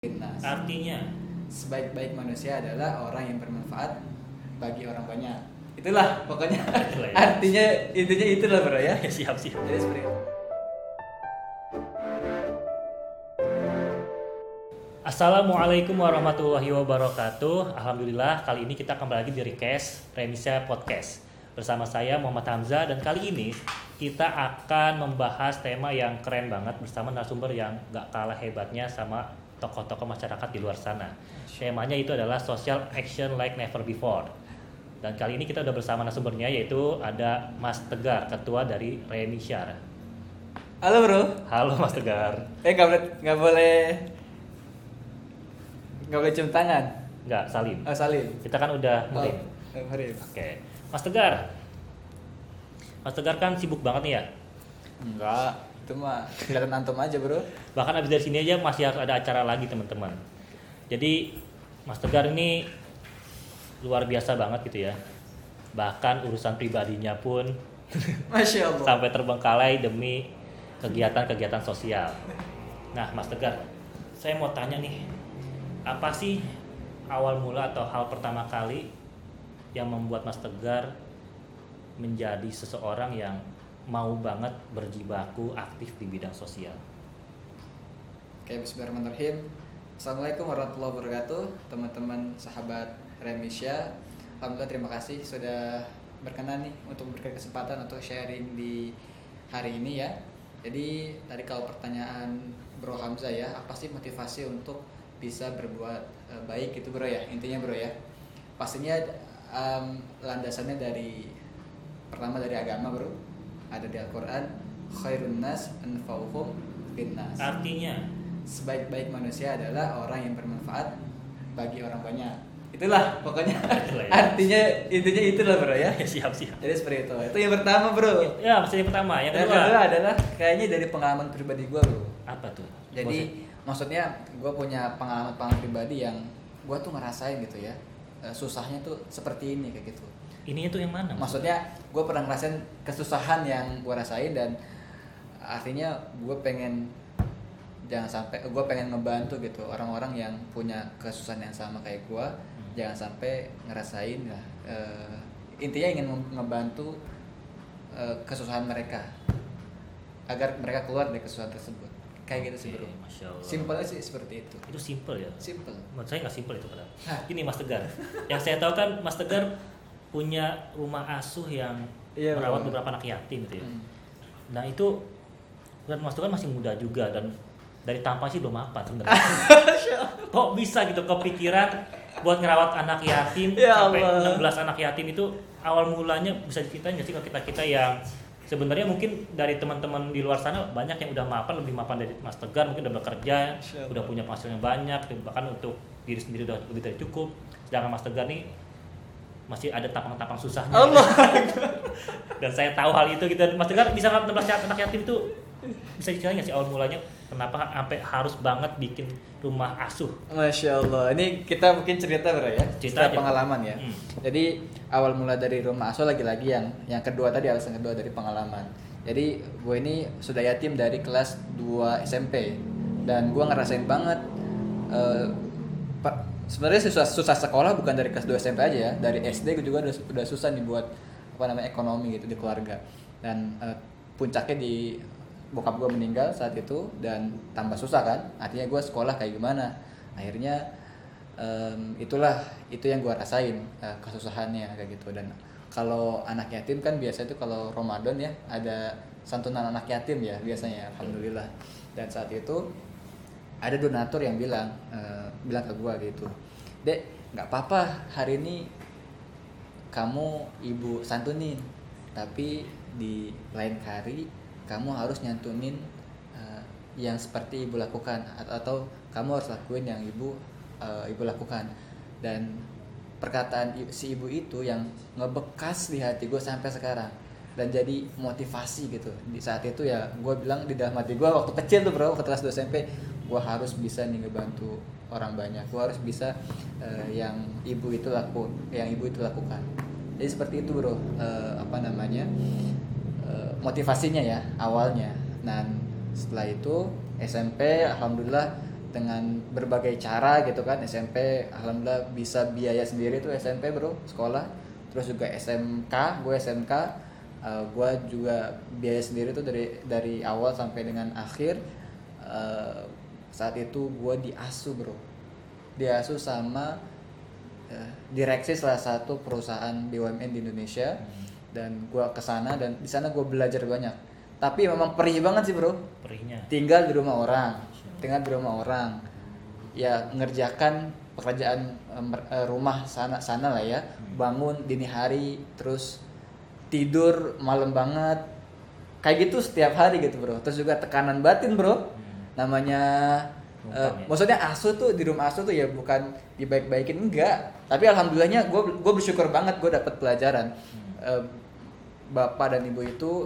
Nas. Artinya Sebaik-baik manusia adalah orang yang bermanfaat bagi orang banyak. Itulah pokoknya. Itulah ya. Artinya intinya itulah bro ya. siap. Jadi seperti itu. Assalamualaikum warahmatullahi wabarakatuh. Alhamdulillah kali ini kita kembali lagi di Request Remisia Podcast bersama saya Muhammad Hamzah, dan kali ini kita akan membahas tema yang keren banget bersama narasumber yang gak kalah hebatnya sama tokoh-tokoh masyarakat di luar sana. Temanya itu adalah Social Action Like Never Before. Dan kali ini kita udah bersama narasumbernya, yaitu ada Mas Tegar, ketua dari Remisia. Halo bro. Halo Mas Tegar. Nggak boleh cium tangan. Enggak, salim. Oh salim. Kita kan udah mulai. Mari. Oke. Mas Tegar. Mas Tegar kan sibuk banget nih ya. Enggak. Itu mah kelihatan antum aja bro. Bahkan abis dari sini aja masih harus ada acara lagi teman-teman. Jadi Mas Tegar ini luar biasa banget gitu ya. Bahkan urusan pribadinya pun Masya Allah. sampai terbengkalai demi kegiatan-kegiatan sosial. Nah Mas Tegar, saya mau tanya nih, apa sih awal mula atau hal pertama kali yang membuat Mas Tegar menjadi seseorang yang mau banget berjibaku aktif di bidang sosial? Oke, bismillahirrahmanirrahim. Assalamualaikum warahmatullahi wabarakatuh, teman-teman sahabat Remisia. Alhamdulillah, terima kasih sudah berkenan nih untuk memberikan kesempatan untuk sharing di hari ini ya. Jadi tadi kalau pertanyaan Bro Hamzah ya, apa sih motivasi untuk bisa berbuat baik itu bro ya, intinya bro ya. Pastinya landasannya pertama dari agama bro. Ada di Al-Quran, khairun nas anfa'uhum linnas. Artinya Sebaik-baik manusia adalah orang yang bermanfaat bagi orang banyak. Itulah pokoknya. Itulah ya. Artinya intinya itulah bro ya. siap. Jadi seperti itu. Itu yang pertama bro. Ya, maksudnya yang pertama. Yang Yang kedua kedua adalah kayaknya dari pengalaman pribadi gue bro. apa tuh? Jadi maksudnya gue punya pengalaman pribadi yang gue tuh ngerasain gitu ya, susahnya tuh seperti ini kayak gitu. Ini itu yang mana? Maksudnya gue pernah ngerasain kesusahan yang gue rasain, dan artinya gue pengen ngebantu gitu orang-orang yang punya kesusahan yang sama kayak gue. Jangan sampai ngerasain lah, intinya ingin ngebantu kesusahan mereka agar mereka keluar dari kesusahan tersebut. Kayak gitu sih bro. Masya Allah. Simpelnya sih seperti itu. Itu simple ya? Simple. Menurut saya nggak simple itu padahal. Hah? Ini Mas Tegar. Yang saya tahu kan Mas Tegar punya rumah asuh yang Iya, merawat Bro. beberapa anak yatim gitu ya. Nah itu, dan Mas Tegar masih muda juga, dan dari tampang sih belum mapan sebenarnya. Kok bisa gitu kepikiran buat ngerawat anak yatim Ya sampai Allah. 16 anak yatim itu awal mulanya bisa diceritain nggak sih ke kita yang sebenarnya mungkin dari teman-teman di luar sana banyak yang udah mapan, lebih mapan dari Mas Tegar, mungkin udah bekerja, Insya Allah. udah punya penghasilan yang banyak, bahkan untuk diri sendiri udah lebih dari cukup. Sedangkan Mas Tegar nih masih ada tampang-tampang susahnya. Allah. Dan saya tahu hal itu gitu. Mas Tegar bisa ngerawat 16 anak yatim itu, bisa diceritain nggak sih awal mulanya kenapa sampai harus banget bikin rumah asuh? Masya Allah. Ini kita mungkin cerita bro ya. Cerita aja. Pengalaman ya. Jadi awal mula dari rumah asuh lagi-lagi yang kedua tadi, alasan kedua dari pengalaman. Jadi gue ini sudah yatim dari kelas 2 SMP, dan gue ngerasain banget. Sebenarnya susah sekolah bukan dari kelas 2 SMP aja ya. Dari SD gue juga udah susah nih buat ekonomi gitu di keluarga. Dan puncaknya di bokap gue meninggal saat itu, dan tambah susah kan, artinya gue sekolah kayak gimana. Akhirnya itu yang gue rasain, kesusahannya kayak gitu. Dan kalau anak yatim kan biasanya itu kalau Ramadan ya ada santunan anak yatim ya biasanya, alhamdulillah. Dan saat itu ada donatur yang bilang ke gue gitu, "Dek, nggak apa-apa hari ini kamu ibu santunin, tapi di lain hari kamu harus nyantunin yang seperti ibu lakukan, atau kamu harus lakuin yang ibu lakukan." Dan perkataan si ibu itu yang ngebekas di hati gue sampai sekarang, dan jadi motivasi gitu. Di saat itu ya gue bilang di dalam hati gue waktu kecil tuh bro, waktu kelas 2 SMP, gue harus bisa nih ngebantu orang banyak, gue harus bisa yang ibu itu lakukan. Jadi seperti itu bro, motivasinya ya awalnya. Dan setelah itu SMP alhamdulillah dengan berbagai cara gitu kan. SMP alhamdulillah bisa biaya sendiri tuh SMP bro sekolah. Terus juga gue SMK gue juga biaya sendiri tuh dari awal sampai dengan akhir. Saat itu gue diasuh bro, diasuh sama direksi salah satu perusahaan BUMN di Indonesia. Dan gue kesana dan di sana gue belajar banyak. Tapi memang perih banget sih bro. Perihnya. Tinggal di rumah orang, ya ngerjakan pekerjaan rumah sana lah ya. Bangun dini hari, terus tidur malam banget. Kayak gitu setiap hari gitu bro. Terus juga tekanan batin bro. Namanya maksudnya asuh tuh di rumah asuh tuh ya bukan dibaik-baikin, enggak. Tapi alhamdulillahnya gue bersyukur banget gue dapat pelajaran. Bapak dan ibu itu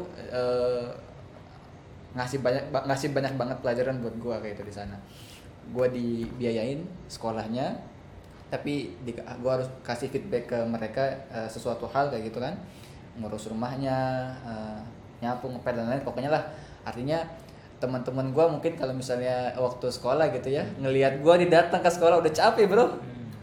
ngasih banyak banget pelajaran buat gue kayak itu di sana. Gue dibiayain sekolahnya, tapi gue harus kasih feedback ke mereka sesuatu hal kayak gitu kan, ngurus rumahnya, nyapu, ngepel dan lain. Pokoknya lah, artinya teman-teman gue mungkin kalau misalnya waktu sekolah gitu ya, ngelihat gue datang ke sekolah udah capek bro.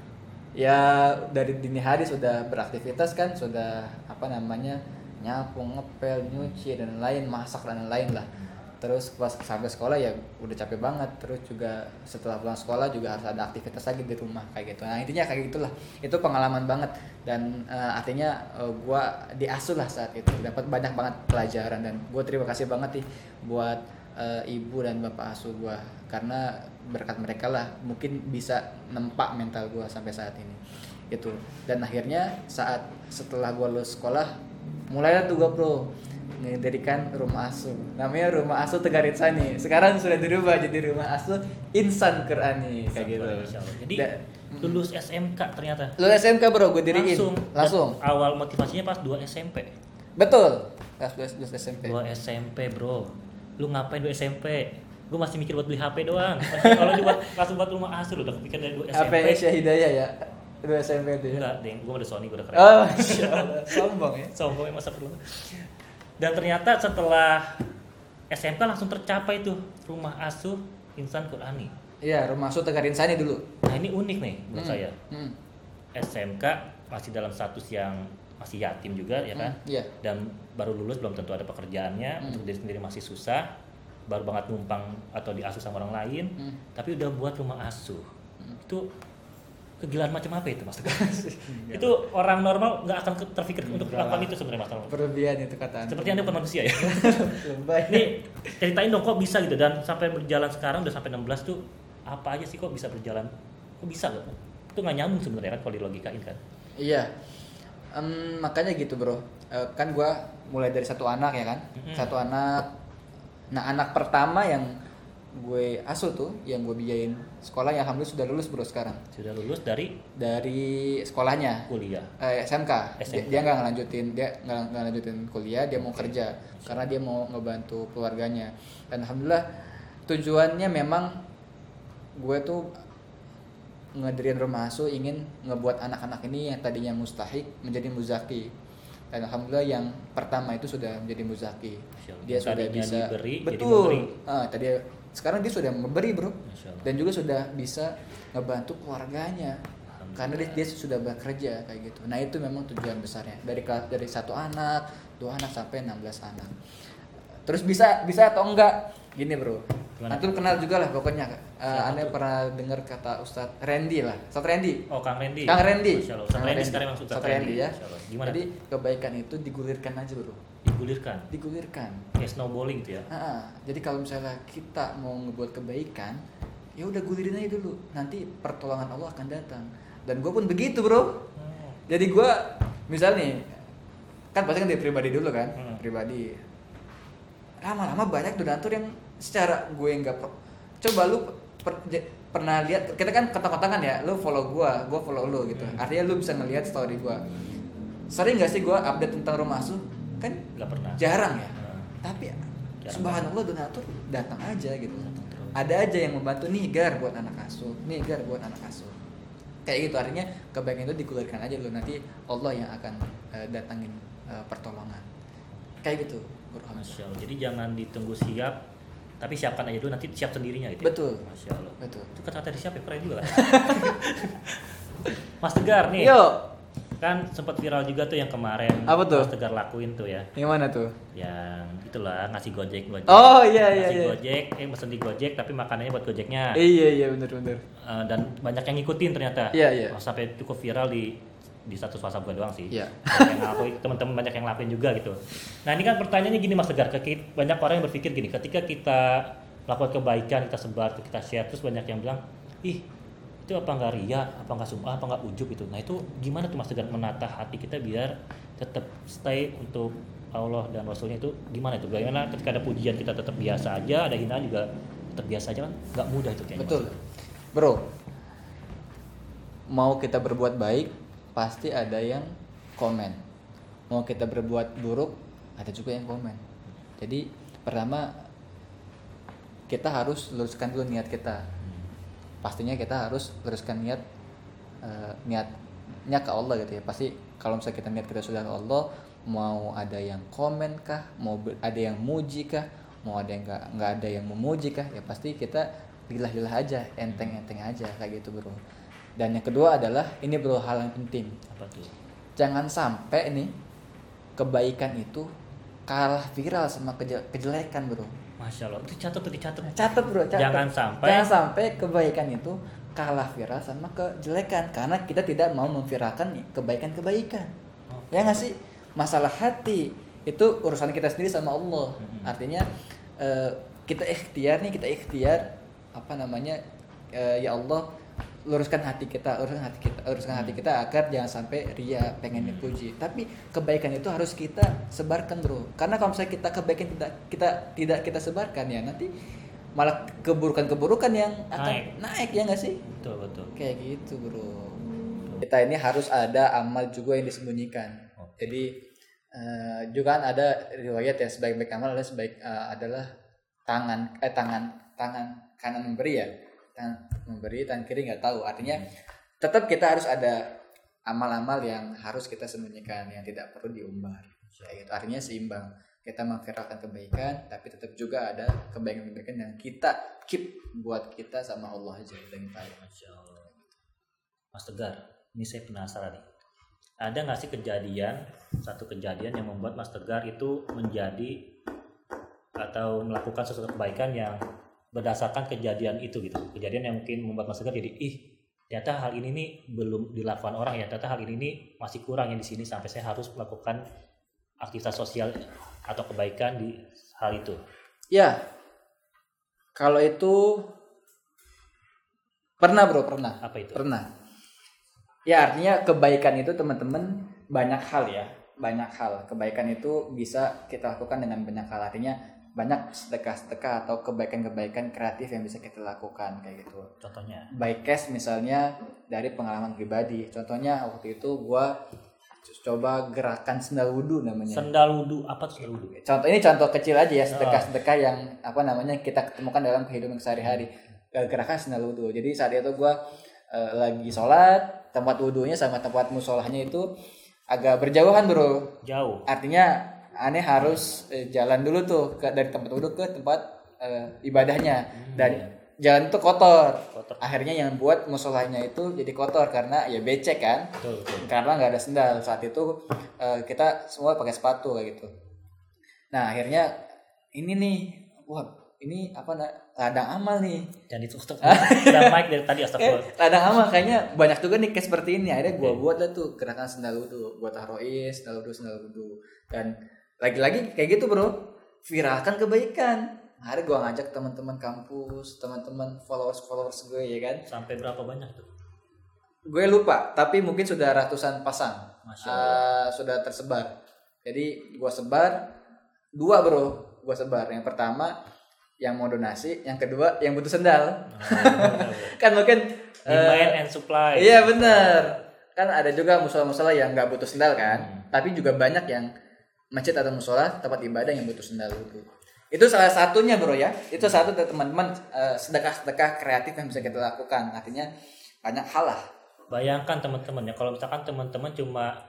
Ya dari dini hari sudah beraktivitas kan, sudah nyapu, ngepel, nyuci dan lain, masak dan lain lah. Terus pas sampai sekolah ya udah capek banget. Terus juga setelah pulang sekolah juga harus ada aktivitas lagi di rumah kayak gitu. Nah intinya kayak gitulah. Itu pengalaman banget dan artinya gue diasuh lah saat itu. Dapat banyak banget pelajaran dan gue terima kasih banget nih buat ibu dan bapak asuh gue, karena berkat mereka lah mungkin bisa nempak mental gue sampai saat ini gitu. Dan akhirnya setelah gue lulus sekolah mulailah tuh gue bro mendirikan rumah asuh, namanya Rumah Asuh Tegar Insani. Sekarang sudah dirubah jadi Rumah Asuh Insan Qur'ani kayak gitu. Jadi lulus SMK ternyata. Lulus SMK bro, gue diriin langsung. Awal motivasinya pas 2 SMP. Betul. Pas 2 SMP. 2 SMP bro. Lu ngapain 2 SMP? Gue masih mikir buat beli HP doang. Kalau juga langsung buat Rumah Asuh lu udah kepikiran dari 2 SMP. HP Syahidaya ya. 2 SMP itu. Enggak, deng. Gue udah Sony, gue udah keren. Oh, masyaallah. Sombong ya. Sombong masa perlu. Dan ternyata setelah SMK langsung tercapai tuh Rumah Asuh Insan Qur'ani. Iya, Rumah Asuh Tegar Insani dulu. Nah ini unik nih menurut saya. SMK masih dalam status yang masih yatim juga ya kan. Iya. Dan baru lulus belum tentu ada pekerjaannya, untuk diri sendiri masih susah, baru banget numpang atau diasuh sama orang lain, tapi udah buat rumah asuh. Itu kegilaan macam apa itu mas? Itu orang normal nggak akan terpikir untuk melakukan itu sebenarnya mas. Berlebihan itu kataan. Seperti anda bukan manusia ya. Lebay. Nih ceritain dong kok bisa gitu, dan sampai berjalan sekarang udah sampai 16 tuh apa aja sih kok bisa berjalan? Kok bisa loh? Itu nggak nyambung sebenarnya kan kalau dilogikain kan? Iya. Makanya gitu bro. Kan gue mulai dari satu anak ya kan. Satu anak. Nah anak pertama yang gue asuh tuh, yang gue biayain sekolah, yang alhamdulillah sudah lulus bro sekarang. Sudah lulus dari sekolahnya. Kuliah. SMK. Dia nggak ngelanjutin kuliah, dia mau kerja karena dia mau ngebantu keluarganya. Dan alhamdulillah tujuannya memang gue tuh ngedirin rumah asuh ingin ngebuat anak-anak ini yang tadinya mustahik menjadi muzaki. Dan alhamdulillah yang pertama itu sudah menjadi muzaki. Dia sudah bisa diberi, betul. Sekarang dia sudah memberi bro, dan juga sudah bisa ngebantu keluarganya karena dia sudah bekerja kayak gitu. Nah itu memang tujuan besarnya dari satu anak, 2 anak sampai 16 anak. Terus bisa atau enggak gini bro. Nanti lu kenal juga lah pokoknya. Anda pernah dengar kata Ustadz Randy lah, Ustadz Randy. Oh Kang Randy. Kang Randy. Ustadz Randy sekarang memang Ustadz Randy ya. Gimana? Jadi kebaikan itu digulirkan aja bro. Digulirkan. Kayak snowballing gitu ya. Jadi kalau misalnya kita mau ngebuat kebaikan, ya udah gulirin aja dulu. Nanti pertolongan Allah akan datang. Dan gue pun begitu bro. Jadi gue misalnya kan pasti kan dari pribadi dulu kan, pribadi. Lama-lama banyak donatur yang secara gue nggak coba lu pernah lihat, kita kan kontak-kontakan ya, lu follow gue follow lu gitu. Artinya lu bisa ngelihat story gue. Sering nggak sih gue update tentang rumah asuh? Kan nggak pernah. Jarang ya. Tapi subhanallah donatur datang aja gitu. Ada aja yang membantu, nih gar buat anak asuh, nih gar buat anak asuh. Kayak gitu, artinya kebaikan itu digulirkan aja dulu, nanti Allah yang akan datangin pertolongan. Kayak gitu. Masya Allah. Jadi jangan ditunggu siap, Tapi siapkan aja dulu, nanti siap sendirinya gitu. Betul. Masya Allah. Betul. Itu kata-kata dari siapa ya? Keren juga kan? Mas Tegar nih. Yo. Kan sempat viral juga tuh yang kemarin. Apa tuh? Mas Tegar lakuin tuh ya. Yang mana tuh? Yang itulah ngasih Gojek. Oh iya iya. Ngasih iya. Gojek, mesen di Gojek tapi makanannya buat Gojeknya. Iya bener. Dan banyak yang ngikutin ternyata. Iya. Sampai cukup viral di status WhatsApp gue doang sih. Iya. Banyak yang ngelakuin, teman-teman banyak yang ngelakuin juga gitu. Nah ini kan pertanyaannya gini Mas Tegar, banyak orang yang berpikir gini, ketika kita melakukan kebaikan, kita sebar, kita share, terus banyak yang bilang, ih itu apa nggak ria, apa nggak sum'ah, apa nggak ujub itu. Nah itu gimana tuh Mas Tegar menata hati kita biar tetap stay untuk Allah dan Rasulnya itu gimana itu? Bagaimana ketika ada pujian kita tetap biasa aja, ada hinaan juga tetap biasa aja kan? Nggak mudah itu kayaknya. Betul. Bro, mau kita berbuat baik pasti ada yang komen. Mau kita berbuat buruk ada juga yang komen. Jadi pertama kita harus luruskan dulu niat kita. Pastinya kita harus luruskan niatnya ke Allah gitu ya. Pasti kalau misalnya kita niat kita sudah ke Allah, mau ada yang komen kah, mau ada yang muji kah, mau ada yang nggak ada yang memuji kah, ya pasti kita lilah-lilah aja, enteng-enteng aja kayak gitu bro. Dan yang kedua adalah ini bro, hal yang penting. Apa tuh? Jangan sampai nih kebaikan itu kalah viral sama kejelekan bro. Masya Allah, itu dicatat. Catat bro, catat. Jangan sampai kebaikan itu kalah viral sama kejelekan, karena kita tidak mau memviralkan kebaikan-kebaikan. Ya nggak sih? Masalah hati itu urusan kita sendiri sama Allah. Artinya kita ikhtiar ya Allah, luruskan hati kita agar jangan sampai ria, pengen dipuji. Tapi kebaikan itu harus kita sebarkan bro, karena kalau misalnya kebaikan tidak kita sebarkan, ya nanti malah keburukan yang akan naik ya nggak sih? Betul kayak gitu bro. Kita ini harus ada amal juga yang disembunyikan. Jadi juga kan ada riwayat ya, sebaik-baik amal adalah tangan kanan memberi ya, tangan memberi, tangan kiri nggak tahu. Artinya tetap kita harus ada amal-amal yang harus kita sembunyikan, yang tidak perlu diumbar. Kayak gitu. Artinya seimbang. Kita memviralkan kebaikan, tapi tetap juga ada kebaikan-kebaikan yang kita keep buat kita sama Allah aja. Masya Allah. Mas Tegar, ini saya penasaran nih. Ada nggak sih satu kejadian yang membuat Mas Tegar itu menjadi atau melakukan sesuatu kebaikan yang berdasarkan kejadian itu gitu, kejadian yang mungkin membuat Mas Tegar jadi ternyata hal ini nih belum dilakukan orang ya, ternyata hal ini nih masih kurang yang di sini sampai saya harus melakukan aktivitas sosial atau kebaikan di hal itu. Ya, kalau itu pernah bro. Apa itu? Pernah. Ya artinya kebaikan itu teman-teman banyak hal. Kebaikan itu bisa kita lakukan dengan banyak hal. Artinya banyak sedekah atau kebaikan-kebaikan kreatif yang bisa kita lakukan kayak gitu. Contohnya? By case misalnya dari pengalaman pribadi. Contohnya waktu itu gua coba gerakan sendal wudu namanya. Sendal wudu, apa tuh sendal wudu? Ini contoh kecil aja ya, sedekah yang kita ketemukan dalam kehidupan sehari-hari. Gerakan sendal wudu. Jadi saat itu gua lagi sholat, tempat wudunya sama tempat musolahnya itu agak berjauhan bro. Jauh. Artinya aneh harus jalan dulu tuh dari tempat wudu ke tempat ibadahnya, dan jalan itu kotor. Akhirnya yang buat musolahnya itu jadi kotor karena ya becek kan. Betul. Karena nggak ada sendal. Saat itu kita semua pakai sepatu kayak gitu. Nah akhirnya ini nih, ini ladang amal nih. Dan itu udah mic dari tadi astagfirullah. Ladang amal kayaknya banyak juga nih kayak seperti ini. Akhirnya gue buat lah tuh gerakan sendal wudu, gue taruhin sendal wudu. Dan lagi-lagi kayak gitu bro, viralkan kebaikan. Hari gue ngajak teman-teman kampus, teman-teman followers gue ya kan. Sampai berapa banyak tuh? Gue lupa, tapi mungkin sudah ratusan pasang. Masya Allah. Sudah tersebar. Jadi gue sebar 2 bro, Yang pertama yang mau donasi, yang kedua yang butuh sendal. Kan mungkin demand and supply. Iya benar. Kan ada juga musola-musola yang nggak butuh sendal kan, tapi juga banyak yang masjid atau musola tempat ibadah yang butuh sendal wudu. Itu salah satunya bro ya. Itu satu teman-teman sedekah kreatif yang bisa kita lakukan. Artinya banyak hal lah. Bayangkan teman-teman ya, kalau misalkan teman-teman cuma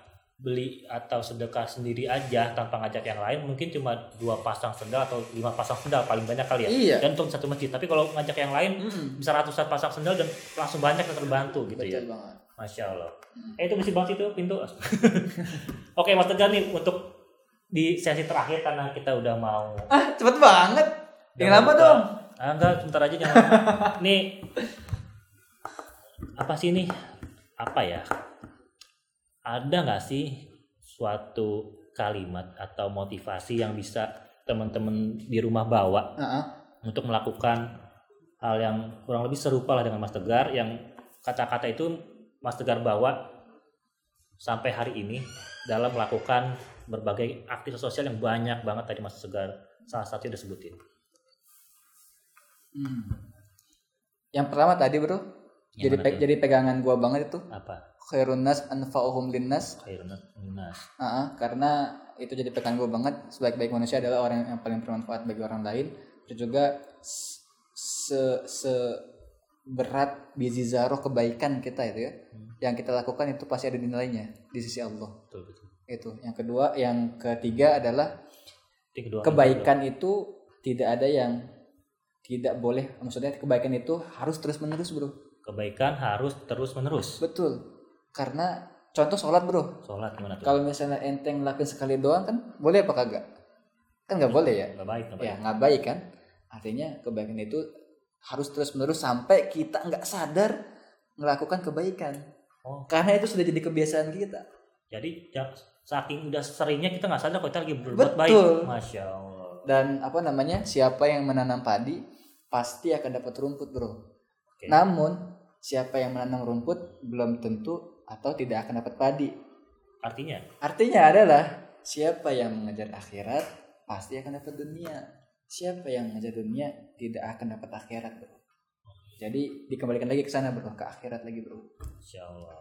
beli atau sedekah sendiri aja tanpa ngajak yang lain mungkin cuma 2 pasang sendal atau 5 pasang sendal paling banyak kali ya. Iya. Dan untuk satu masjid. Tapi kalau ngajak yang lain bisa ratusan pasang sendal dan langsung banyak yang terbantu gitu. Betul ya. banget. Masya Allah. Itu bersih banget itu pintu. Oke Mas Tegar nih untuk di sesi terakhir karena kita udah mau. Cepet banget. Yang lama buka. dong. Enggak, sebentar aja jangan lama. Nih apa sih ini? Apa ya? Ada nggak sih suatu kalimat atau motivasi yang bisa teman-teman di rumah bawa untuk melakukan hal yang kurang lebih serupa lah dengan Mas Tegar, yang kata-kata itu Mas Tegar bawa sampai hari ini dalam melakukan berbagai aktivitas sosial yang banyak banget tadi Mas Tegar salah satu udah sebutin. Yang pertama tadi bro, jadi pegangan gua banget itu. Apa? Khairun nas anfa'uhum linnas. Khairun nas. Karena itu jadi pegangan gua banget. Sebaik-baik manusia adalah orang yang paling bermanfaat bagi orang lain. Terus juga berat bizi zaroh kebaikan kita itu ya, yang kita lakukan itu pasti ada nilainya di sisi Allah. Betul. Itu. Yang ketiga adalah kebaikan itu tidak ada yang tidak boleh. Maksudnya kebaikan itu harus terus menerus bro. Kebaikan harus terus menerus. Betul. Karena contoh sholat bro. Sholat gimana tuh? Kalau misalnya enteng lakuin sekali doang kan boleh apa kagak? Kan nggak boleh ya. Nggak baik. Ya nggak baik kan. Artinya kebaikan itu harus terus menerus sampai kita nggak sadar melakukan kebaikan. Karena itu sudah jadi kebiasaan kita. Jadi saking udah seringnya kita nggak sadar kalau kita lagi berbuat baik. Masya Allah. Dan siapa yang menanam padi pasti akan dapat rumput bro. Okay. Namun siapa yang menanam rumput belum tentu atau tidak akan dapat padi. Artinya adalah siapa yang mengejar akhirat pasti akan dapat dunia. Siapa yang mengejar dunia tidak akan dapat akhirat bro. Jadi dikembalikan lagi ke sana bro, ke akhirat lagi bro. Masya Allah.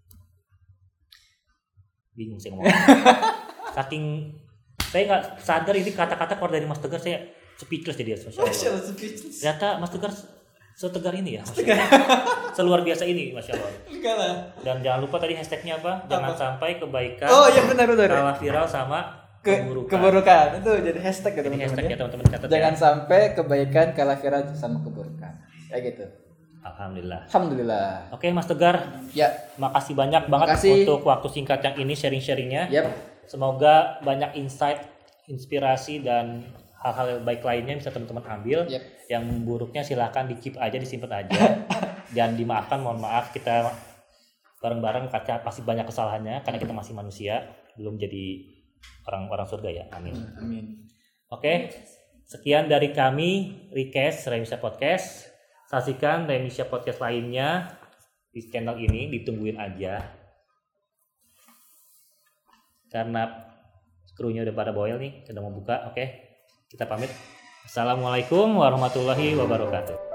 Bingung saya ngomong. Saking saya nggak sadar ini kata-kata keluar dari Mas Tegar, saya speechless jadi Masya Allah. Ternyata Mas Tegar setegar ini ya, seluar biasa ini, Masya Allah. Dan jangan lupa tadi hashtagnya apa? Jangan sampai kebaikan benar. kalah viral sama keburukan. Itu jadi hashtag ya teman-teman. Hashtag ya teman-teman catat. Jangan sampai kebaikan kalah viral sama keburukan. Kayak gitu. Alhamdulillah. Oke Mas Tegar. Ya. Makasih banyak banget untuk waktu singkat yang ini sharing-sharingnya. Yep. Semoga banyak insight, inspirasi dan hal-hal baik lainnya bisa teman-teman ambil. Yep. Yang buruknya silahkan di-keep aja, disimpan aja. Jangan dimaafkan, mohon maaf, kita bareng-bareng pasti banyak kesalahannya karena kita masih manusia, belum jadi orang-orang surga ya. Amin. Oke, sekian dari kami Request Remisia Podcast. Saksikan Remisia Podcast lainnya di channel ini, ditungguin aja. Karena krunya udah pada boil nih, sudah mau buka. Oke, kita pamit. Assalamualaikum warahmatullahi wabarakatuh.